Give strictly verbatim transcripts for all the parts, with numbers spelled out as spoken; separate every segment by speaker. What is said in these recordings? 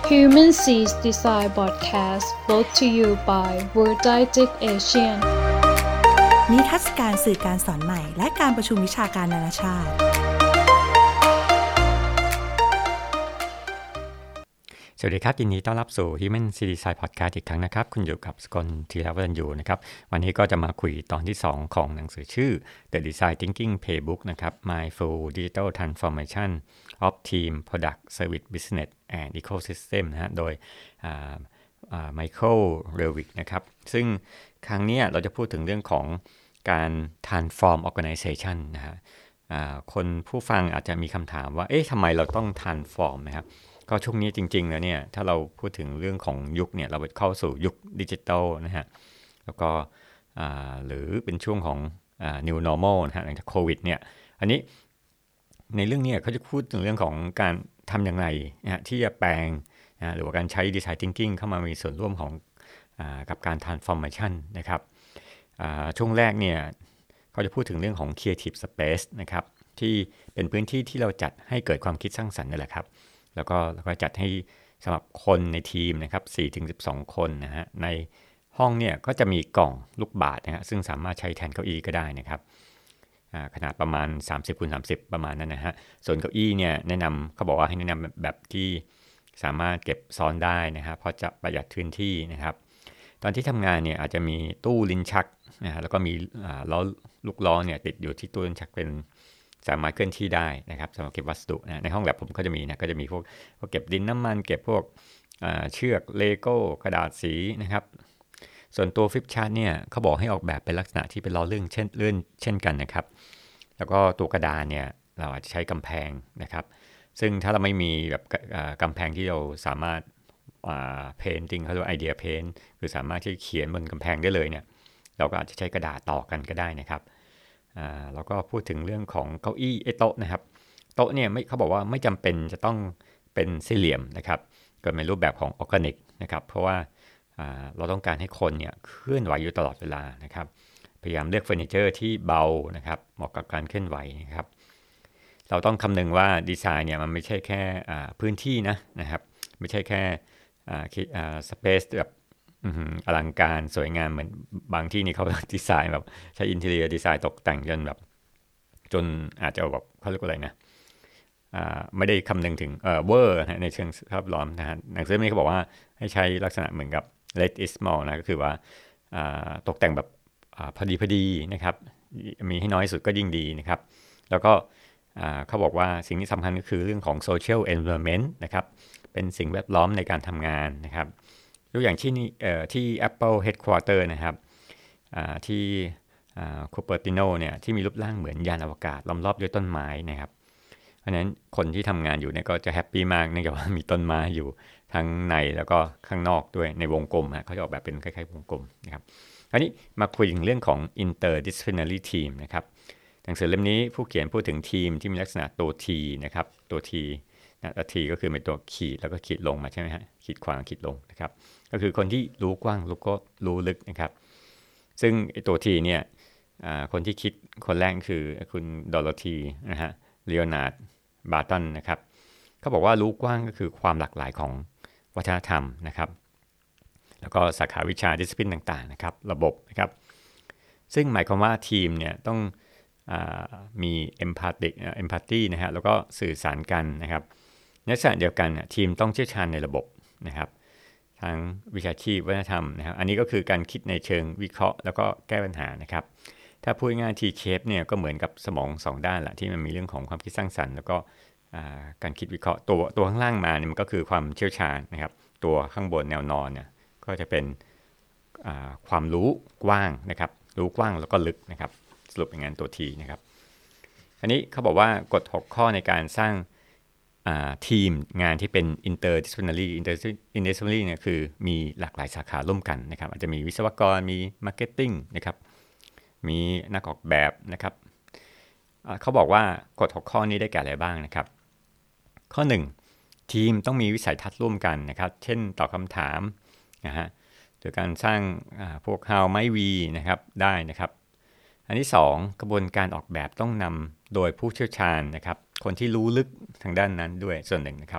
Speaker 1: Human Seas Design Podcast brought to you by World Digest Asian
Speaker 2: นิทรรศการสื่อการสอนใหม่และการประชุมวิชาการนานาชาติ
Speaker 3: สวัสดีครับยินดีต้อนรับสู่ Human Seas Design Podcast อีกครั้งนะครับคุณอยู่กับสกลธีรวัฒน์อยู่นะครับวันนี้ก็จะมาคุยตอนที่สองของหนังสือชื่อ The Design Thinking Playbook นะครับ Mindful Digital Transformation of Team Product Service Business and Ecosystem นะฮะโดยไมเคิลเรวิกนะครับซึ่งครั้งนี้เราจะพูดถึงเรื่องของการ transform organization นะฮะคนผู้ฟังอาจจะมีคำถามว่าเอ๊ะทำไมเราต้อง transform นะครับก็ช่วงนี้จริงๆแล้วเนี่ยถ้าเราพูดถึงเรื่องของยุคเนี่ยเราเข้าสู่ยุคดิจิทัลนะฮะแล้วก็หรือเป็นช่วงของ new normal นะฮะหลังจากโควิดเนี่ยอันนี้ในเรื่องนี้เขาจะพูดถึงเรื่องของการทำอย่างไรนะฮะที่จะแปลงนะหรือว่าการใช้ design thinking เข้ามามีส่วนร่วมของกับการ transformation นะครับช่วงแรกเนี่ยเขาจะพูดถึงเรื่องของ creative space นะครับที่เป็นพื้นที่ที่เราจัดให้เกิดความคิดสร้างสรรค์นั่นแหละครับแล้วก็แล้วก็จัดให้สำหรับคนในทีมนะครับ สี่ถึงสิบสอง คนนะฮะในห้องเนี่ยก็จะมีกล่องลูกบาศก์นะฮะซึ่งสามารถใช้แทนเก้าอี้ก็ได้นะครับขนาดประมาณ สามสิบคูณสามสิบ ประมาณนั้นนะฮะส่วนเก้าอี้เนี่ยแนะนำเขาบอกว่าให้แนะนำแบบที่สามารถเก็บซ้อนได้นะฮะเพราะจะประหยัดพื้นที่นะครับตอนที่ทำงานเนี่ยอาจจะมีตู้ลิ้นชักนะฮะแล้วก็มีล้อลูกล้อเนี่ยติดอยู่ที่ตู้ลิ้นชักเป็นสามารถเคลื่อนที่ได้นะครับสำหรับเก็บวัสดุนะในห้องแลบผมก็จะมีนะก็จะมีพวกพวกเก็บดินน้ำมันเก็บพวกเชือกเลโก้กระดาษสีนะครับส่วนตัวฟลิปชาร์ตเนี่ยเขาบอกให้ออกแบบเป็นลักษณะที่เป็นล้อเลื่อนเช่นเลื่อนเช่นกันนะครับแล้วก็ตัวกระดานเนี่ยเราอาจจะใช้กำแพงนะครับซึ่งถ้าเราไม่มีแบบกำแพงที่เราสามารถเพนติ้งเขาเรียกว่าไอเดียเพนคือสามารถที่เขียนบนกำแพงได้เลยเนี่ยเราก็อาจจะใช้กระดาษต่อกันก็ได้นะครับแล้วก็พูดถึงเรื่องของเก้าอี้ไอ้โต๊ะนะครับโต๊ะเนี่ยไม่เขาบอกว่าไม่จำเป็นจะต้องเป็นสี่เหลี่ยมนะครับเกิดในรูปแบบของออร์แกนิกนะครับเพราะว่าเราต้องการให้คนเนี่ยเคลื่อนไหวอยู่ตลอดเวลานะครับพยายามเลือกเฟอร์นิเจอร์ที่เบานะครับเหมาะกับการเคลื่อนไหวนะครับเราต้องคำนึงว่าดีไซน์เนี่ยมันไม่ใช่แค่พื้นที่นะนะครับไม่ใช่แค่สเปซแบบอลังการสวยงามเหมือนบางที่นี่เขาดีไซน์แบบใช้อินทีเรียดีไซน์ตกแต่งจนแบบจนอาจจะแบบเขาเรียกว่าอะไรนะไม่ได้คำนึงถึงเอ่อเวอร์ในเชิงสภาพล้อมนะฮะหนังสือนี้เขาบอกว่าให้ใช้ลักษณะเหมือนกับ less is small นะก็คือว่าตกแต่งแบบพอดีพอดีนะครับมีให้น้อยสุดก็ยิ่งดีนะครับแล้วก็เขาบอกว่าสิ่งที่สำคัญก็คือเรื่องของ social environment นะครับเป็นสิ่งแวดล้อมในการทำงานนะครับยกอย่างที่นี่ที่ Apple Headquarter นะครับที่คูเปอร์ติโนเนี่ยที่มีรูปร่างเหมือนยานอวกาศล้อมรอบด้วยต้นไม้นะครับเพราะฉะนั้นคนที่ทำงานอยู่เนี่ยก็จะแฮปปี้มากเนื่องจากว่ามีต้นไม้อยู่ทั้งในแล้วก็ข้างนอกด้วยในวงกลมเขาจะออกแบบเป็นคล้ายๆวงกลมนะครับอันนี้มาคุยถึงเรื่องของ interdisciplinary team นะครับหนังสือเล่มนี้ผู้เขียนพูดถึงทีมที่มีลักษณะตัว T นะครับตัว T นะตัว T ก็คือเป็นตัวขีดแล้วก็ขีดลงมาใช่ไหมฮะขีดขวางขีดลงนะครับก็คือคนที่รู้กว้างรู้ก็รู้ลึกนะครับซึ่งตัว T เนี่ยคนที่คิดคนแรกคือคุณดอโรธีนะฮะเลโอนาร์ดบาร์ตันนะครับเขาบอกว่ารู้กว้างก็คือความหลากหลายของวัฒนธรรมนะครับแล้วก็สาขาวิชาดิสซิปลินต่างๆนะครับระบบนะครับซึ่งหมายความว่าทีมเนี่ยต้องมีเอมพาติเอมพาธีนะฮะแล้วก็สื่อสารกันนะครับในขณะเดียวกันทีมต้องเชี่ยวชาญในระบบนะครับทั้งวิชาชีพวัฒนธรรมนะครับอันนี้ก็คือการคิดในเชิงวิเคราะห์แล้วก็แก้ปัญหานะครับถ้าพูดง่ายๆ T-shape เนี่ยก็เหมือนกับสมองสองด้านแหละที่มันมีเรื่องของความคิดสร้างสรรค์แล้วก็การคิดวิเคราะห์ตัวตัวข้างล่างมาเนี่ยมันก็คือความเชี่ยวชาญนะครับตัวข้างบนแนวนอนเนี่ยก็จะเป็นความรู้กว้างนะครับรู้กว้างแล้วก็ลึกนะครับสรุปอย่างนั้นตัว T นะครับอันนี้เขาบอกว่ากฎหกข้อในการสร้างทีมงานที่เป็น interdisciplinary interdisciplinary เนี่ยคือมีหลากหลายสาขาร่วมกันนะครับอาจจะมีวิศวกรมี marketing นะครับมีนักออกแบบนะครับเขาบอกว่ากฎหกข้อนี้ได้แก่อะไรบ้างนะครับข้อหนึ่งทีมต้องมีวิสัยทัศน์ร่วมกันนะครับเช่นตอบคำถามนะฮะหรือการสร้างพวก how ไม่ we นะครับได้นะครับอันที่สองกระบวนการออกแบบต้องนำโดยผู้เชี่ยวชาญนะครับคนที่รู้ลึกทางด้านนั้นด้วยส่วนหนึ่งนะครับ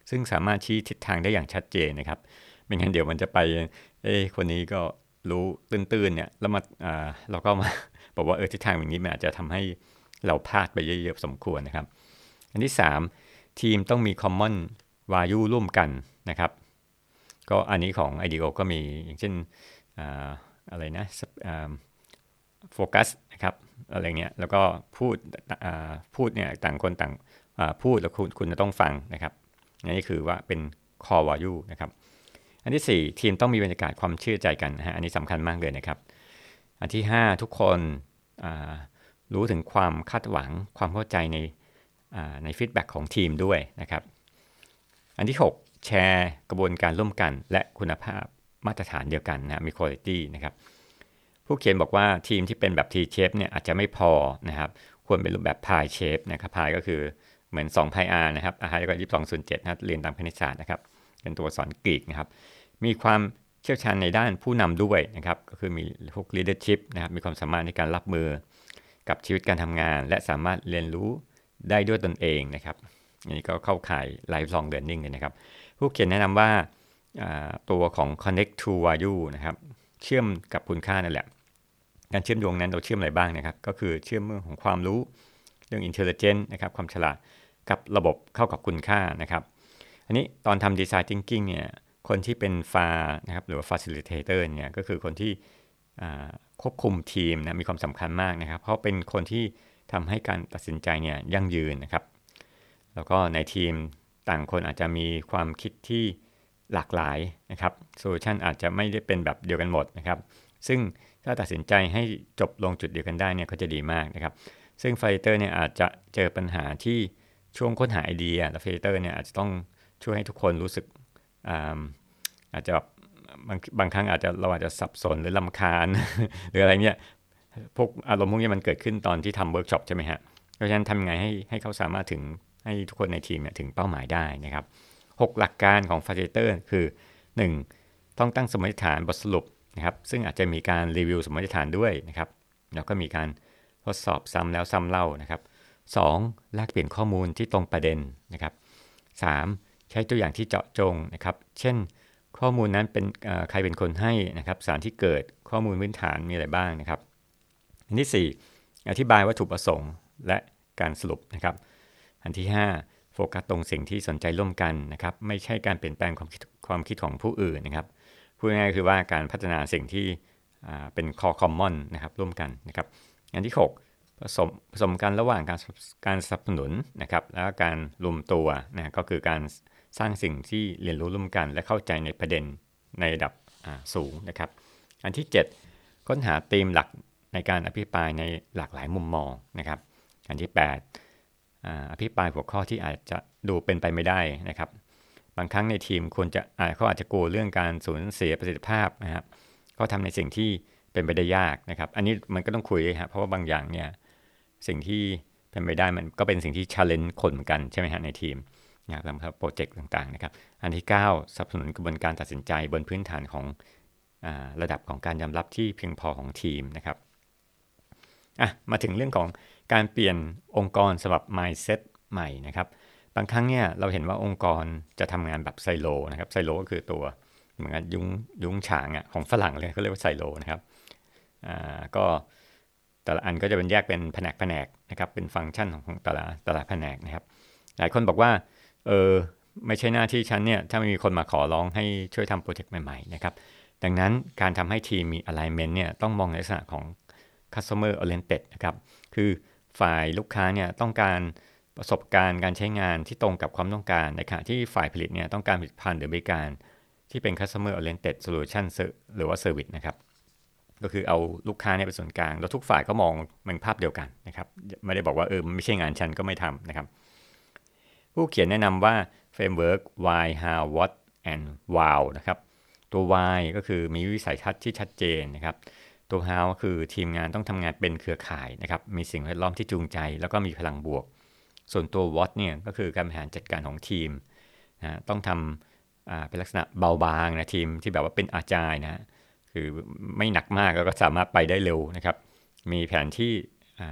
Speaker 3: ซึ่งสามารถชี้ทิศทางได้อย่างชัดเจนนะครับไม่งั้นเดี๋ยวมันจะไปเอ้คนนี้ก็รู้ตื้นๆเนี่ยแล้วมาอ่าเราก็มาบอกว่าเออทิศทางอย่างนี้มันอาจจะทำให้เราพลาดไปเยอะๆสมควรนะครับอันที่สามทีมต้องมี common value ร่วมกันนะครับก็อันนี้ของ ไอ ดี โอ ก็มีอย่างเช่นอ่าอะไรนะโฟกัสนะครับอะไรเงี้ยแล้วก็พูดพูดเนี่ยต่างคนต่างพูดแล้วคุณคุณจะต้องฟังนะครับอันนี้คือว่าเป็น core value นะครับอันที่สี่ทีมต้องมีบรรยากาศความเชื่อใจกันนะฮะอันนี้สำคัญมากเลยนะครับอันที่ห้าทุกคนรู้ถึงความคาดหวังความเข้าใจในในฟีดแบ็กของทีมด้วยนะครับอันที่หกแชร์กระบวนการร่วมกันและคุณภาพมาตรฐานเดียวกันนะมี quality นะครับผู้เขียนบอกว่าทีมที่เป็นแบบ T-shape เนี่ยอาจจะไม่พอนะครับควรเป็นรูปแบบ pie shape นะครับ pie ก็คือเหมือนสอง pi r นะครับ r ก็ยี่สิบสองส่วนเจ็ดนะเรียนตามคณิตศาสตร์นะครับเป็นตัวสอนกรีกนะครับมีความเชี่ยวชาญในด้านผู้นำด้วยนะครับก็คือมีพวก leadership นะครับมีความสามารถในการรับมือกับชีวิตการทำงานและสามารถเรียนรู้ได้ด้วยตนเองนะครับอันนี้ก็เข้าข่าย lifelong learning เลยนะครับผู้เขียนแนะนำว่าตัวของ connect to value นะครับเชื่อมกับคุณค่านั่นแหละการเชื่อมโยงนั้นเราเชื่อมอะไรบ้างนะครับก็คือเชื่อมเรื่องของความรู้เรื่อง intelligence นะครับความฉลาดกับระบบเข้ากับคุณค่านะครับอันนี้ตอนทำ design thinking เนี่ยคนที่เป็น ฟา นะครับหรือว่า facilitator เนี่ยก็คือคนที่ควบคุมทีมนะมีความสำคัญมากนะครับเพราะเป็นคนที่ทำให้การตัดสินใจเนี่ยยั่งยืนนะครับแล้วก็ในทีมต่างคนอาจจะมีความคิดที่หลากหลายนะครับโซลูชันอาจจะไม่ได้เป็นแบบเดียวกันหมดนะครับซึ่งถ้าตัดสินใจให้จบลงจุดเดียวกันได้เนี่ยก็จะดีมากนะครับซึ่งฟาซิลิเตอร์เนี่ยอาจจะเจอปัญหาที่ช่วงค้นหาไอเดียและฟาซิลิเตอร์เนี่ยอาจจะต้องช่วยให้ทุกคนรู้สึก อา, อาจจะบางบางครั้งอาจจะเราอาจจะสับสนหรือรำคาญ หรืออะไรเงี้ยพวกอารมณ์พวกนี้มันเกิดขึ้นตอนที่ทำเวิร์กช็อปใช่ไหมฮะเพราะฉะนั้นทำยังไงให้ให้เขาสามารถถึงให้ทุกคนในทีมเนี่ยถึงเป้าหมายได้นะครับหกหลักการของฟาซิลิเตอร์คือหนึ่งต้องตั้งสมมติฐานบทสรุปนะครับซึ่งอาจจะมีการรีวิวสมมติฐานด้วยนะครับแล้วก็มีการทดสอบซ้ำแล้วซ้ำเล่านะครับสองแลกเปลี่ยนข้อมูลที่ตรงประเด็นนะครับสามใช้ตัวอย่างที่เจาะจงนะครับเช่นข้อมูลนั้นเป็นใครเป็นคนให้นะครับสารที่เกิดข้อมูลพื้นฐานมีอะไรบ้างนะครับอันที่สี่อธิบายวัตถุประสงค์และการสรุปนะครับอันที่ห้าโฟกัสตรงสิ่งที่สนใจร่วมกันนะครับไม่ใช่การเปลี่ยนแปลงความคิดความคิดของผู้อื่นนะครับพูดง่ายๆคือว่าการพัฒนาสิ่งที่เป็น core common นะครับร่วมกันนะครับอันที่หกผสมผสมกันระหว่างการการสนับสนุนนะครับแล้วการรวมตัวนะก็คือการสร้างสิ่งที่เรียนรู้ร่วมกันและเข้าใจในประเด็นในระดับสูงนะครับอันที่เจ็ดค้นหาธีมหลักในการอภิปรายในหลากหลายมุมมองนะครับอันที่แปดอภิปรายหัวข้อที่อาจจะดูเป็นไปไม่ได้นะครับบางครั้งในทีมควรจะเขาอาจจะกลัวเรื่องการสูญเสียประสิทธิภาพนะครับเขาทำในสิ่งที่เป็นไปได้ยากนะครับอันนี้มันก็ต้องคุยฮะเพราะว่าบางอย่างเนี่ยสิ่งที่เป็นไปได้มันก็เป็นสิ่งที่ challenge คนเหมือนกันใช่ไหมฮะในทีมนะครับโปรเจกต์ต่างๆนะครับอันที่เก้าสนับสนุนกระบวนการตัดสินใจบนพื้นฐานของอ่าระดับของการยอมรับที่เพียงพอของทีมนะครับอ่ะมาถึงเรื่องของการเปลี่ยนองค์กรสำหรับ mindset ใหม่นะครับบางครั้งเนี่ยเราเห็นว่าองค์กรจะทำงานแบบไซโลนะครับไซโลก็คือตัวเหมือนกับยุ้งยุ้งฉางอ่ะของฝรั่งเลยเขาเรียกว่าไซโลนะครับอ่าก็แต่ละอันก็จะเป็นแยกเป็นแผนกแผนกนะครับเป็นฟังก์ชันของแต่ละแต่ละแผนกนะครับหลายคนบอกว่าเออไม่ใช่หน้าที่ฉันเนี่ยถ้าไม่มีคนมาขอร้องให้ช่วยทำโปรเจกต์ใหม่ๆนะครับดังนั้นการทำให้ทีมมี alignment เนี่ยต้องมองในลักษณะของ customer oriented นะครับคือฝ่ายลูกค้าเนี่ยต้องการประสบการณ์การใช้งานที่ตรงกับความต้องการในขณะที่ฝ่ายผลิตเนี่ยต้องการผลิตภัณฑ์หรือบริการที่เป็น customer oriented solution หรือว่า service นะครับก็คือเอาลูกค้าเนี่ยเป็นศูนย์กลางแล้วทุกฝ่ายก็มองเป็นภาพเดียวกันนะครับไม่ได้บอกว่าเออมันไม่ใช่งานฉันก็ไม่ทำนะครับผู้เขียนแนะนำว่า framework why how what and wow นะครับตัว why ก็คือมีวิสัยทัศน์ที่ชัดเจนนะครับตัว how ก็คือทีมงานต้องทำงานเป็นเครือข่ายนะครับมีสิ่งแวดล้อมที่จูงใจแล้วก็มีพลังบวกส่วนตัว what เนี่ยก็คือการบริหารจัดการของทีมนะต้องทำเป็นลักษณะเบาบางนะทีมที่แบบว่าเป็นอาจายนะคือไม่หนักมากแล้วก็สามารถไปได้เร็วนะครับมีแผนที่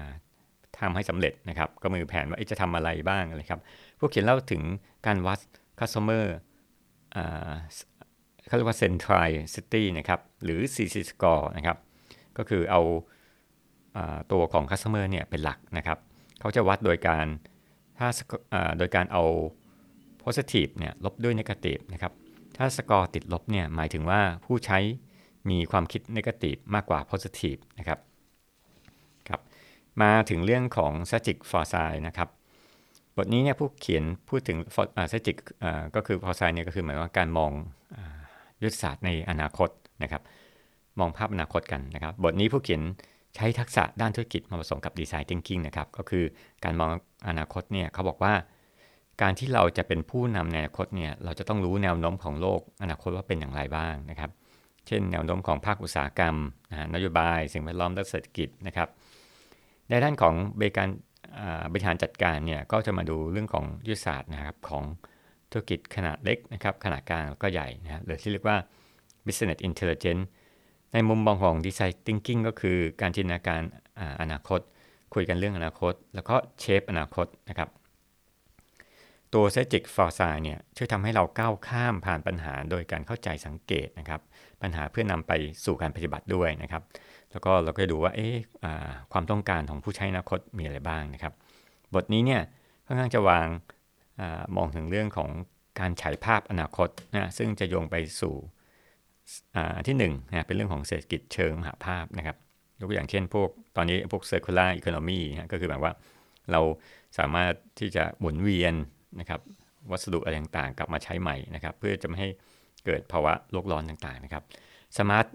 Speaker 3: ทำให้สำเร็จนะครับก็มีแผนว่าจะทำอะไรบ้างอะไรครับผู้เขียนเล่าถึงการวัด customer อ่าเขาเรียกว่า centricity นะครับหรือ ซี ซี score นะครับก็คือเอาอ่าตัวของ customer เนี่ยเป็นหลักนะครับเขาจะวัดโดยการถ้าอ่าโดยการเอา positive เนี่ยลบด้วย negative นะครับถ้าสกอร์ติดลบเนี่ยหมายถึงว่าผู้ใช้มีความคิด negative มากกว่า positive นะครับครับมาถึงเรื่องของ strategic foresight นะครับบทนี้เนี่ยผู้เขียนพูดถึง strategic ก็คือ foresight เนี่ยก็คือหมายว่าการมองยุทธศาสตร์ในอนาคตนะครับมองภาพอนาคตกันนะครับบทนี้ผู้เขียนใช้ทักษะด้านธุรกิจมาผสมกับ design thinking นะครับก็คือการมองอนาคตเนี่ยเขาบอกว่าการที่เราจะเป็นผู้นำในอนาคตเนี่ยเราจะต้องรู้แนวโน้มของโลกอนาคตว่าเป็นอย่างไรบ้างนะครับเช่นแนวโน้มของภาคอุตสาหกรรมนะนโยบายสิ่งแวดล้อมและเศรษฐกิจนะครับในด้านของบริการบริหารจัดการเนี่ยก็จะมาดูเรื่องของยุทธศาสตร์นะครับของธุรกิจขนาดเล็กนะครับขนาดกลางแล้วก็ใหญ่นะหรือที่เรียกว่า business intelligence ในมุมมองของ design thinking ก็คือการจินตนาการอนาคตคุยกันเรื่องอนาคตแล้วก็เชฟอนาคตนะครับตัว strategic foresight เนี่ยช่วยทำให้เราก้าวข้ามผ่านปัญหาโดยการเข้าใจสังเกตนะครับปัญหาเพื่อนำไปสู่การปฏิบัติด้วยนะครับแล้วก็เราก็จะดูว่าเอ๊ะความต้องการของผู้ใช้อนาคตมีอะไรบ้างนะครับบทนี้เนี่ยค่อนข้างจะวางอมองถึงเรื่องของการฉายภาพอนาคตนะซึ่งจะโยงไปสู่ที่หนึ่งนะเป็นเรื่องของเศรษฐกิจเชิงมหาภาพนะครับยกตัวอย่างเช่นพวกตอนนี้พวก circular economy นะก็คือแบบว่าเราสามารถที่จะหมุนเวียนนะครับวัสดุอะไรต่างๆกลับมาใช้ใหม่นะครับเพื่อจะไม่ให้เกิดภาวะโลกร้อนต่างๆนะครับ smart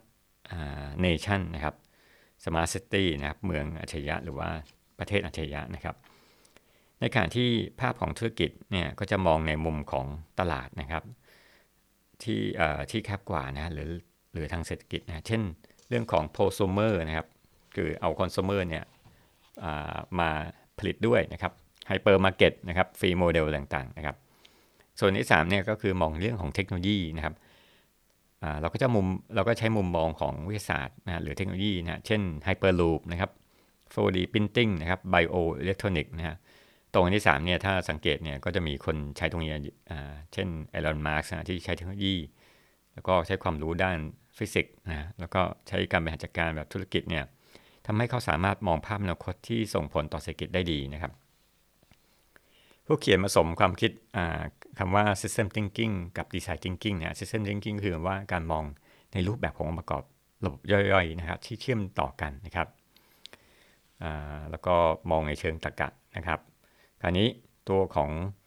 Speaker 3: nation นะครับ smart city นะครับเมืองอัจฉริยะหรือว่าประเทศอัจฉริยะนะครับในขณะที่ภาพของธุรกิจเนี่ยก็จะมองในมุมของตลาดนะครับที่ที่แคบกว่านะหรือหรือทางเศรษฐกิจนะเช่นเรื่องของ prosumer นะครับคือเอา consumer เนี่ยมาผลิตด้วยนะครับไฮเปอร์มาร์เก็ตนะครับฟรีโมเดลต่างๆนะครับส่วนที่สามเนี่ยก็คือมองเรื่องของเทคโนโลยีนะครับเราก็จะมุมเราก็ใช้มุมมองของวิทยาศาสตร์นะหรือเทคโนโลยีนะเช่นไฮเปอร์ลูปนะครับ โฟร์ ดี Printing นะครับ Bioelectronic นะฮะตรงที่สามเนี่ยถ้าสังเกตเนี่ยก็จะมีคนใช้ตรงนี้เช่นอีลอน มัสก์นะที่ใช้เทคโนโลยีแล้วก็ใช้ความรู้ด้านฟิสิกส์นะแล้วก็ใช้การบริหารจัดการแบบธุรกิจเนี่ยทำให้เขาสามารถมองภาพอนาคตที่ส่งผลต่อเศรษฐกิจได้ดีนะครับผู้เขียนผสมความคิดคำว่า system thinking กับ design thinking เนี่ย system thinking คือว่าการมองในรูปแบบขององค์ประกอบระบบย่อยๆนะครับที่เชื่อมต่อกันนะครับแล้วก็มองในเชิงตรรกะนะครับคราวนี้ตัวของ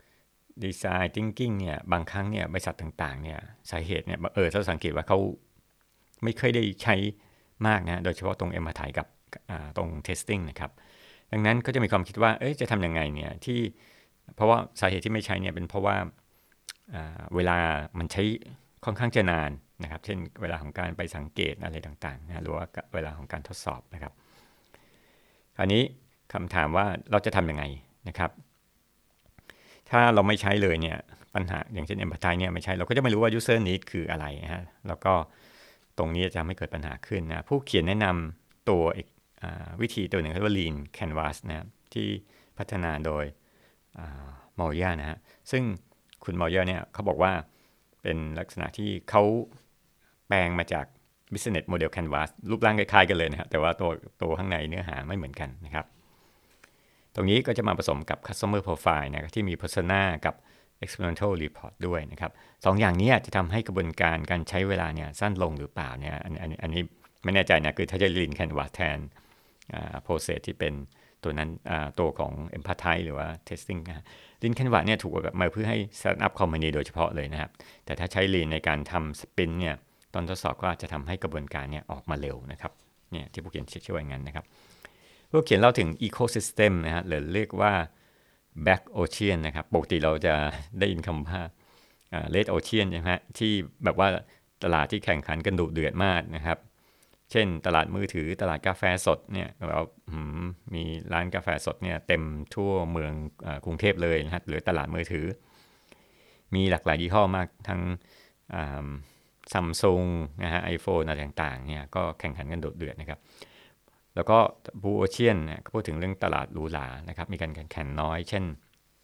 Speaker 3: design thinking เนี่ยบางครั้งเนี่ยบริษัทต่างๆเนี่ยสาเหตุเนี่ยเออถ้าสังเกตว่าเขาไม่เคยได้ใช้มากนะโดยเฉพาะตรง empathy กับตรง testing นะครับดังนั้นก็จะมีความคิดว่าเอ๊ะจะทำยังไงเนี่ยที่เพราะว่าสาเหตุที่ไม่ใช้เนี่ยเป็นเพราะว่าเวลามันใช้ค่อนข้างจะนานนะครับเช่นเวลาของการไปสังเกตอะไรต่างๆนะหรือว่าเวลาของการทดสอบนะครับคราวนี้คำถามว่าเราจะทำยังไงนะครับถ้าเราไม่ใช้เลยเนี่ยปัญหาอย่างเช่น empathy เนี่ยไม่ใช่เราก็จะไม่รู้ว่า user need คืออะไรนะฮะแล้วก็ตรงนี้จะไม่เกิดปัญหาขึ้นนะผู้เขียนแนะนำตัววิธีตัวหนึ่งเรียกว่า Lean Canvas นะที่พัฒนาโดยมอริยานะฮะซึ่งคุณมอริยาเนี่ยเขาบอกว่าเป็นลักษณะที่เขาแปลงมาจาก Business Model Canvas รูปร่างคล้ายๆกันเลยนะครับแต่ว่าตัวตัวข้างในเนื้อหาไม่เหมือนกันนะครับตรงนี้ก็จะมาผสมกับ Customer Profile นะที่มี Persona กับ Experimental Report ด้วยนะครับสองอย่างนี้จะทำให้กระบวนการการใช้เวลาเนี่ยสั้นลงหรือเปล่าเนี่ยอันอันอันนี้ไม่แน่ใจนะคือถ้าจะ Lean Canvas แทน process ที่เป็นตัวนั้นตัวของ empathy หรือว่า testing นะ Lean Canvas เนี่ยถูกออกแบบมาเพื่อให้ startup company โดยเฉพาะเลยนะครับแต่ถ้าใช้ Lean ในการทำ sprint เนี่ยตอนทดสอบก็จะทำให้กระบวนการเนี่ยออกมาเร็วนะครับเนี่ยที่ผู้เขียนเชื่อว่าอย่างนั้นนะครับผู้เขียนเล่าถึง ecosystem นะฮะหรือเรียกว่า black ocean นะครับปกติเราจะได้ยินคำว่า red ocean ใช่ไหมที่แบบว่าตลาดที่แข่งขันกันดุเดือดมากนะครับเช่นตลาดมือถือตลาดกาแฟสดเนี่ยเรามีร้านกาแฟสดเนี่ยเต็มทั่วเมืองกรุงเทพเลยนะฮะหรือตลาดมือถือมีหลากหลายยี่ห้อมากทั้งซัมซุงนะฮะไอโฟนอะไรต่างๆเนี่ยก็แข่งขันกันดุเดือดนะครับแล้วก็บูโอเชียนเนี่ยก็พูดถึงเรื่องตลาดหรูหรานะครับมีการแข่งขันน้อยเช่น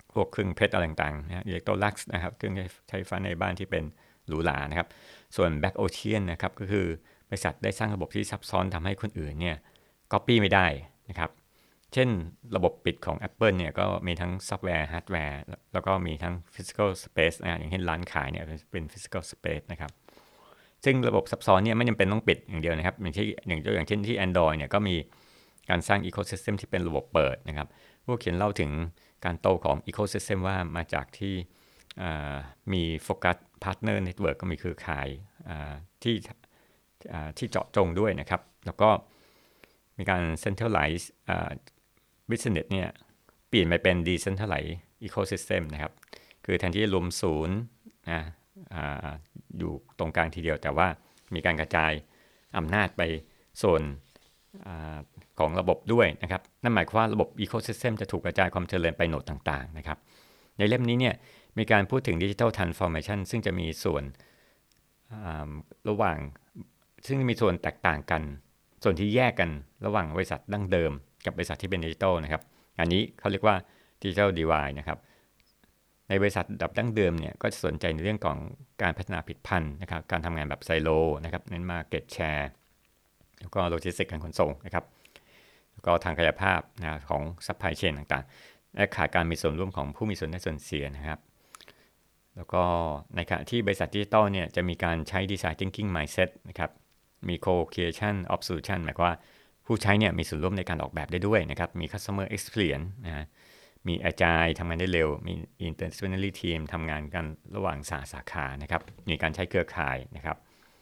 Speaker 3: พวกเครื่องเพชรอะไรต่างๆนะ Electrolux นะครับเครื่องใช้ไฟฟ้าในบ้านที่เป็นหรูหรานะครับส่วน Black Ocean นะครับก็คือบริษัทได้สร้างระบบที่ซับซ้อนทำให้คนอื่นเนี่ย copy ไม่ได้นะครับเช่นระบบปิดของ Apple เนี่ยก็มีทั้งซอฟต์แวร์ฮาร์ดแวร์แล้วก็มีทั้ง physical space นะอย่างเช่นร้านขายเนี่ยเป็น physical space นะครับซึ่งระบบซับซ้อนเนี่ยไม่จำเป็นต้องปิดอย่างเดียวนะครับอย่างเช่นอย่างอย่างเช่นที่ Android เนี่ยก็มีการสร้าง ecosystem ที่เป็นระบบเปิดนะครับผู้เขียนเล่าถึงการโตของ ecosystem ว่ามาจากที่มีโฟกัส partner network ก็มีเครือข่ายที่ที่เจาะจงด้วยนะครับแล้วก็มีการ centralize business เนี่ยเปลี่ยนไปเป็น decentralize ecosystem นะครับคือแทนที่จะรวมศูนย์นะอยู่ตรงกลางทีเดียวแต่ว่ามีการกระจายอำนาจไปโซนของระบบด้วยนะครับนั่นหมายความว่าระบบ ecosystem จะถูกกระจายความเจริญไปโหนดต่างๆนะครับในเล่มนี้เนี่ยมีการพูดถึง digital transformation ซึ่งจะมีส่วนระหว่างซึ่งมีส่วนแตกต่างกันส่วนที่แยกกันระหว่างบริษัทดั้งเดิมกับบริษัทที่เป็นดิจิทัลนะครับอันนี้เขาเรียกว่า digital divide นะครับในบริษัทดับดั้งเดิมเนี่ยก็จะสนใจในเรื่องของการพัฒนาผลิตภัณฑ์นะครับการทำงานแบบไซโลนะครับเน้น market share แล้วก็โลจิสติกส์การขนส่งนะครับแล้วก็ทางกายภาพนะของ supply chain ต่างๆและขาดการมีส่วนร่วมของผู้มีส่วนได้ส่วนเสียนะครับแล้วก็ในขณะที่บริษัทดิจิทัลเนี่ยจะมีการใช้ design thinking mindset นะครับมี co-creation of solution หมายความว่าผู้ใช้เนี่ยมีส่วนร่วมในการออกแบบได้ด้วยนะครับมี customer experience นะมี agile ทำงานได้เร็วมี interdisciplinary team ทำงานกันระหว่างสาสาขานะครับมีการใช้เครือข่ายนะครับ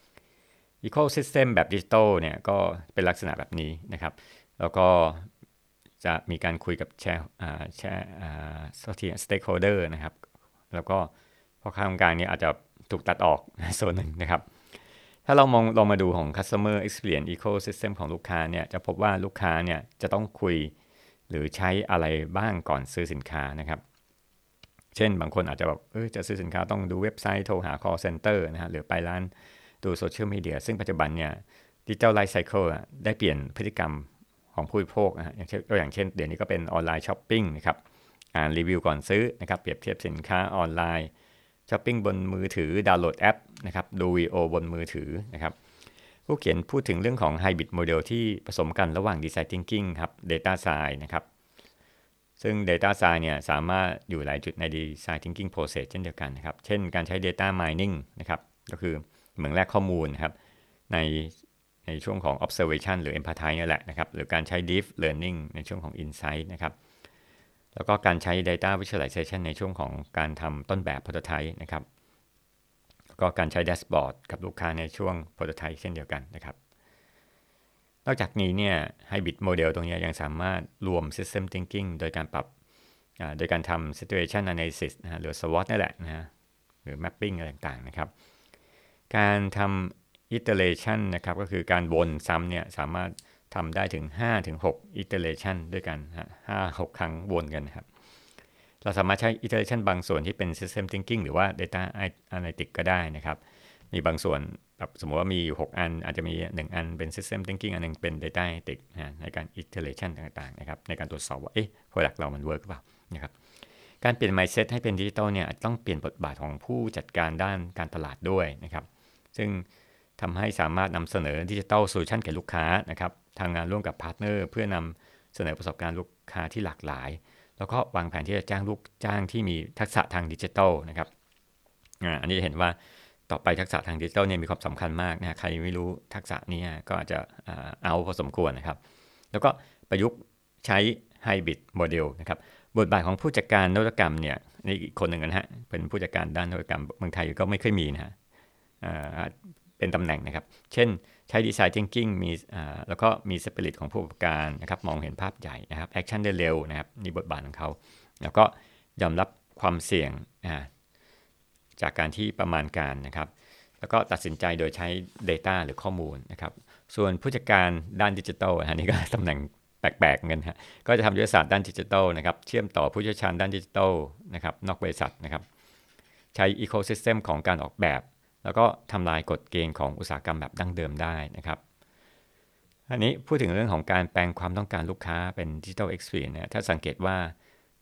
Speaker 3: ecosystem แบบดิจิทัลเนี่ยก็เป็นลักษณะแบบนี้นะครับแล้วก็จะมีการคุยกับแชร์แชร์สเต็กโฮลเดอร์นะครับแล้วก็พอข้างกลางนี้อาจจะถูกตัดออกโซนหนึ่งนะครับถ้าเรามองลองมาดูของ customer experience ecosystem ของลูกค้าเนี่ยจะพบว่าลูกค้าเนี่ยจะต้องคุยหรือใช้อะไรบ้างก่อนซื้อสินค้านะครับเช่นบางคนอาจจะแบบเออจะซื้อสินค้าต้องดูเว็บไซต์โทรหา call center นะฮะหรือไปร้านดูโซเชียลมีเดียซึ่งปัจจุบันเนี่ย digital life cycle ได้เปลี่ยนพฤติกรรมของผู้บริโภคนะฮะอย่างเช่นตัวอย่างเช่นเดี๋ยวนี้ก็เป็นออนไลน์ช้อปปิ้งนะครับอ่านรีวิวก่อนซื้อนะครับเปรียบเทียบสินค้าออนไลน์ช้อปปิ้งบนมือถือดาวน์โหลดแอปนะครับดูวิดีโอบนมือถือนะครับผู้เขียนพูดถึงเรื่องของ Hybrid Model ที่ผสมกันระหว่าง Design Thinking ครับ Data Science นะครับซึ่ง Data Science เนี่ยสามารถอยู่หลายจุดใน Design Thinking Process เช่นเดียวกันนะครับเช่นการใช้ Data Mining นะครับก็คือเหมืองแร่ข้อมูลนะครับในในช่วงของ observation หรือ empathize นี่แหละนะครับหรือการใช้ deep learning ในช่วงของ insight นะครับแล้วก็การใช้ data visualization ในช่วงของการทำต้นแบบ prototype นะครับแล้วก็การใช้ dashboard กับลูกค้าในช่วง prototype เช่นเดียวกันนะครับนอกจากนี้เนี่ย hybrid model ตรงนี้ยังสามารถรวม system thinking โดยการปรับโดยการทำ situation analysis นะฮะหรือ สวอต นี่แหละนะฮะหรือ mapping อะไรต่างๆนะครับการทำ iteration นะครับก็คือการวนซ้ำเนี่ยสามารถทำได้ถึง ห้าถึงหก iteration ด้วยกันห้า หก ครั้งวนกันนะครับเราสามารถใช้ iteration บางส่วนที่เป็น system thinking หรือว่า data analytics ก็ได้นะครับมีบางส่วนแบบสมมติว่ามีอยู่หกอันอาจจะมีหนึ่งอันเป็น system thinking อันนึงเป็น data analytics นะในการ iteration ต่างๆนะครับในการตรวจสอบว่าเอ๊ะ product เรามัน work หรือเปล่านะครับการเปลี่ยน mindset ให้เป็นดิจิทัลเนี่ยต้องเปลี่ยนบทบาทของผู้จัดการด้านการตลาดด้วยนะครับซึ่งทำให้สามารถนำเสนอดิจิทัลโซลูชันแก่ลูกค้านะครับทำงานร่วมกับพาร์ทเนอร์เพื่อนำเสนอประสบการณ์ลูกค้าที่หลากหลายแล้วก็วางแผนที่จะจ้างลูกจ้างที่มีทักษะทางดิจิทัลนะครับอ่าอันนี้จะเห็นว่าต่อไปทักษะทางดิจิทัลเนี่ยมีความสำคัญมากนะใครไม่รู้ทักษะนี้ก็อาจจะเอาพอสมควรนะครับแล้วก็ประยุกต์ใช้ Hybrid Model นะครับบทบาทของผู้จัดการนวัตกรรมเนี่ยนี่อีกคนหนึ่งนะฮะเป็นผู้จัดการด้านนวัตกรรมเมืองไทยก็ไม่เคยมีนะฮะเป็นตำแหน่งนะครับเช่นใช้ Design Thinking มีแล้วก็มี Spirit ของผู้ประกอบการนะครับมองเห็นภาพใหญ่นะครับแอคชั่นได้เร็วนะครับนี่บทบาทของเขาแล้วก็ยอมรับความเสี่ยงจากการที่ประมาณการนะครับแล้วก็ตัดสินใจโดยใช้ Data หรือข้อมูลนะครับส่วนผู้จัดการด้านดิจิทัลอันนี้ก็ตำแหน่งแปลกๆเหมือนกันฮะก็จะทำยุทธศาสตร์ด้านดิจิทัลนะครับเชื่อมต่อผู้เชี่ยวชาญด้านดิจิทัลนะครับนอกบริษัทนะครับใช้ Ecosystem ของการออกแบบแล้วก็ทำลายกฎเกณฑ์ของอุตสาหกรรมแบบดั้งเดิมได้นะครับอันนี้พูดถึงเรื่องของการแปลงความต้องการลูกค้าเป็น Digital Experience เนี่ยถ้าสังเกตว่า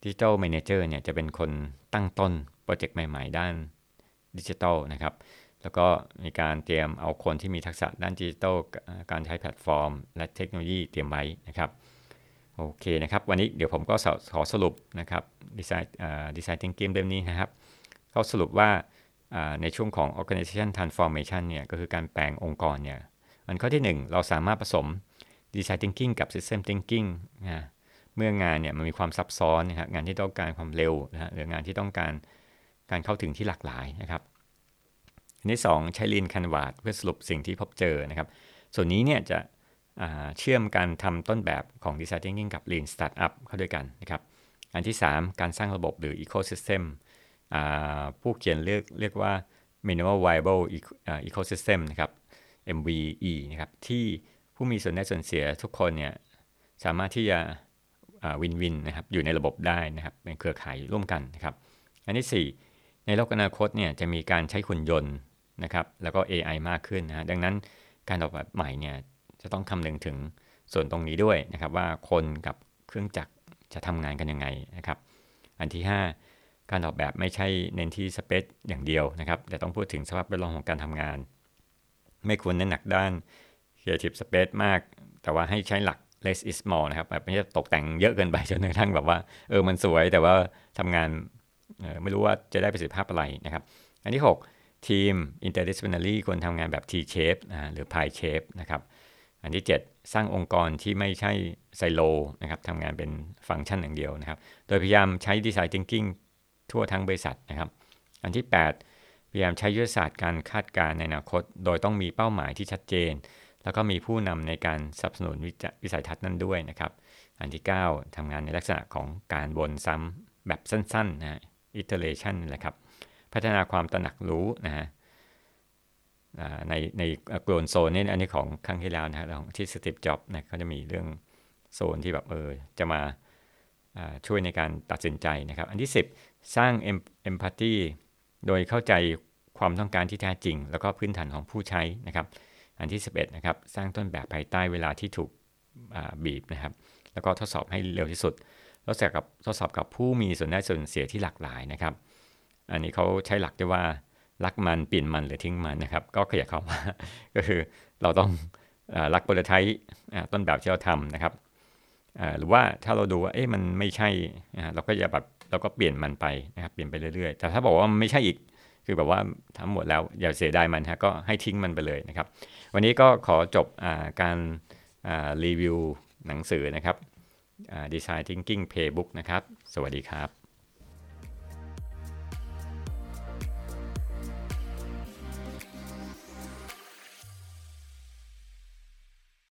Speaker 3: Digital Manager เนี่ยจะเป็นคนตั้งต้นโปรเจกต์ใหม่ๆด้านดิจิทัลนะครับแล้วก็มีการเตรียมเอาคนที่มีทักษะด้านดิจิทัลการใช้แพลตฟอร์มและเทคโนโลยีเตรียมไว้นะครับโอเคนะครับวันนี้เดี๋ยวผมก็ขอสรุปนะครับ Design Design Thinking เล่มนี้นะครับเขาสรุปว่าในช่วงของ Organization Transformation เนี่ยก็คือการแปลงองค์กรเนี่ยมันข้อที่หนึ่งเราสามารถผสม Design Thinking กับ System Thinking นะเมื่องานเนี่ยมันมีความซับซ้อนนะครับงานที่ต้องการความเร็วนะฮะหรืองานที่ต้องการการเข้าถึงที่หลากหลายนะครับอันที่สองใช้ Lean Canvas เพื่อสรุปสิ่งที่พบเจอนะครับส่วนนี้เนี่ยจะเชื่อมการทำต้นแบบของ Design Thinking กับ Lean Startup เข้าด้วยกันนะครับอันที่สามการสร้างระบบหรือ Ecosystem ผู้เขียนเรียกเรียกว่า Minimal Viable Ecosystem นะครับ เอ็ม วี อี นะครับที่ผู้มีส่วนได้ส่วนเสียทุกคนเนี่ยสามารถที่จะวินวินนะครับอยู่ในระบบได้นะครับเป็นเครือข่ายร่วมกันนะครับอันที่สี่ในโลกอนาคตเนี่ยจะมีการใช้หุ่นยนต์นะครับแล้วก็ เอ ไอ มากขึ้นนะดังนั้นการออกแบบใหม่เนี่ยจะต้องคำนึงถึงส่วนตรงนี้ด้วยนะครับว่าคนกับเครื่องจักรจะทำงานกันยังไงนะครับอันที่ห้าการออกแบบไม่ใช่เน้นที่สเปคอย่างเดียวนะครับแต่ต้องพูดถึงสภาพแวดล้อมของการทำงานไม่ควรเน้นหนักด้าน Creative Space มากแต่ว่าให้ใช้หลักless is more นะครับแบบไม่ใช่ตกแต่งเยอะเกินไปจนกระทั่งแบบว่าเออมันสวยแต่ว่าทำงานเออไม่รู้ว่าจะได้ประสิทธิภาพอะไรนะครับอันที่หกทีม interdisciplinary ควรทำงานแบบ T-shape นะหรือ pie shape นะครับอันที่เจ็ดสร้างองค์กรที่ไม่ใช่ไซโลนะครับทำงานเป็นฟังก์ชันอย่างเดียวนะครับโดยพยายามใช้ design thinking ทั่วทั้งบริษัทนะครับอันที่แปดพยายามใช้ยุทธศาสตร์การคาดการณ์ในอนาคตโดยต้องมีเป้าหมายที่ชัดเจนแล้วก็มีผู้นำในการสนับสนุนวิสัยทัศน์นั้นด้วยนะครับอันที่เก้าทำงานในลักษณะของการวนซ้ำแบบสั้นๆนะ iteration แหละครับพัฒนาความตระหนักรู้นะฮะในในโกลนโซนนี่อันนี้ของครั้งที่แล้วนะฮะของที่ Steve Jobs นะเขาจะมีเรื่องโซนที่แบบเออจะมาช่วยในการตัดสินใจนะครับอันที่สิบสร้าง empathy โดยเข้าใจความต้องการที่แท้จริงแล้วก็พื้นฐานของผู้ใช้นะครับอันที่สิบเอ็ดนะครับสร้างต้นแบบภายใต้เวลาที่ถูกบีบนะครับแล้วก็ทดสอบให้เร็วที่สุดทดสอบกับทดสอบกับผู้มีส่วนได้ส่วนเสียที่หลากหลายนะครับอันนี้เขาใช้หลักด้วยว่ารักมันเปลี่ยนมันหรือทิ้งมันนะครับก็ขยายความว่าก็คือเราต้องรักโปรโตไทป์ต้นแบบที่เราทำนะครับหรือว่าถ้าเราดูว่าเอ๊ะมันไม่ใช่เราก็อย่าแบบเราก็เปลี่ยนมันไปนะครับเปลี่ยนไปเรื่อยๆแต่ถ้าบอกว่ามันไม่ใช่อีกคือแบบว่าทั้งหมดแล้วอย่าเสียดายมันฮะก็ให้ทิ้งมันไปเลยนะครับวันนี้ก็ขอจบการรีวิวหนังสือนะครับ Design Thinking Playbook นะครับสวัสดีครับ